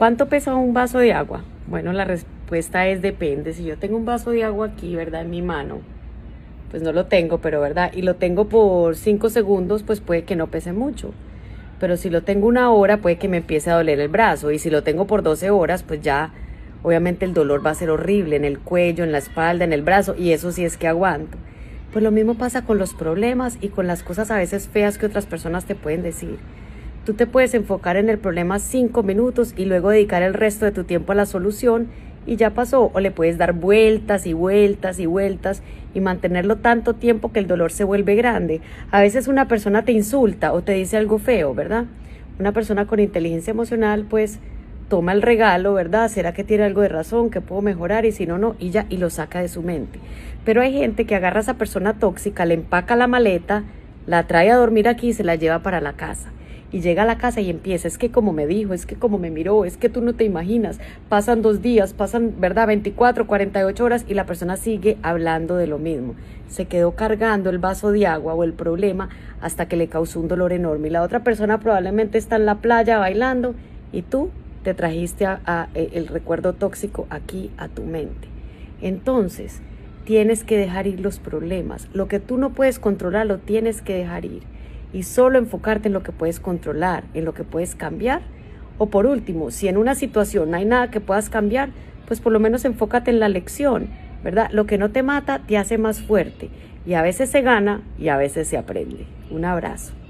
¿Cuánto pesa un vaso de agua? Bueno, la respuesta es depende. Si yo tengo un vaso de agua aquí, ¿verdad? En mi mano, pues no lo tengo, pero ¿verdad? Y lo tengo por 5 segundos, pues puede que no pese mucho. Pero si lo tengo 1 hora, puede que me empiece a doler el brazo. Y si lo tengo por 12 horas, pues ya obviamente el dolor va a ser horrible en el cuello, en la espalda, en el brazo. Y eso sí es que aguanto. Pues lo mismo pasa con los problemas y con las cosas a veces feas que otras personas te pueden decir. Tú te puedes enfocar en el problema 5 minutos y luego dedicar el resto de tu tiempo a la solución y ya pasó. O le puedes dar vueltas y vueltas y vueltas y mantenerlo tanto tiempo que el dolor se vuelve grande. A veces una persona te insulta o te dice algo feo, ¿verdad? Una persona con inteligencia emocional pues toma el regalo, ¿verdad? ¿Será que tiene algo de razón, que puedo mejorar? Y si no, no, y ya, y lo saca de su mente. Pero hay gente que agarra a esa persona tóxica, le empaca la maleta, la trae a dormir aquí y se la lleva para la casa. Y llega a la casa y empieza, es que como me dijo, es que como me miró, es que tú no te imaginas, pasan 2 días, pasan, ¿verdad? 24, 48 horas y la persona sigue hablando de lo mismo. Se quedó cargando el vaso de agua o el problema hasta que le causó un dolor enorme. Y la otra persona probablemente está en la playa bailando y tú te trajiste el recuerdo tóxico aquí a tu mente. Entonces, tienes que dejar ir los problemas. Lo que tú no puedes controlar lo tienes que dejar ir. Y solo enfocarte en lo que puedes controlar, en lo que puedes cambiar. O por último, si en una situación no hay nada que puedas cambiar, pues por lo menos enfócate en la lección, ¿verdad? Lo que no te mata te hace más fuerte. Y a veces se gana y a veces se aprende. Un abrazo.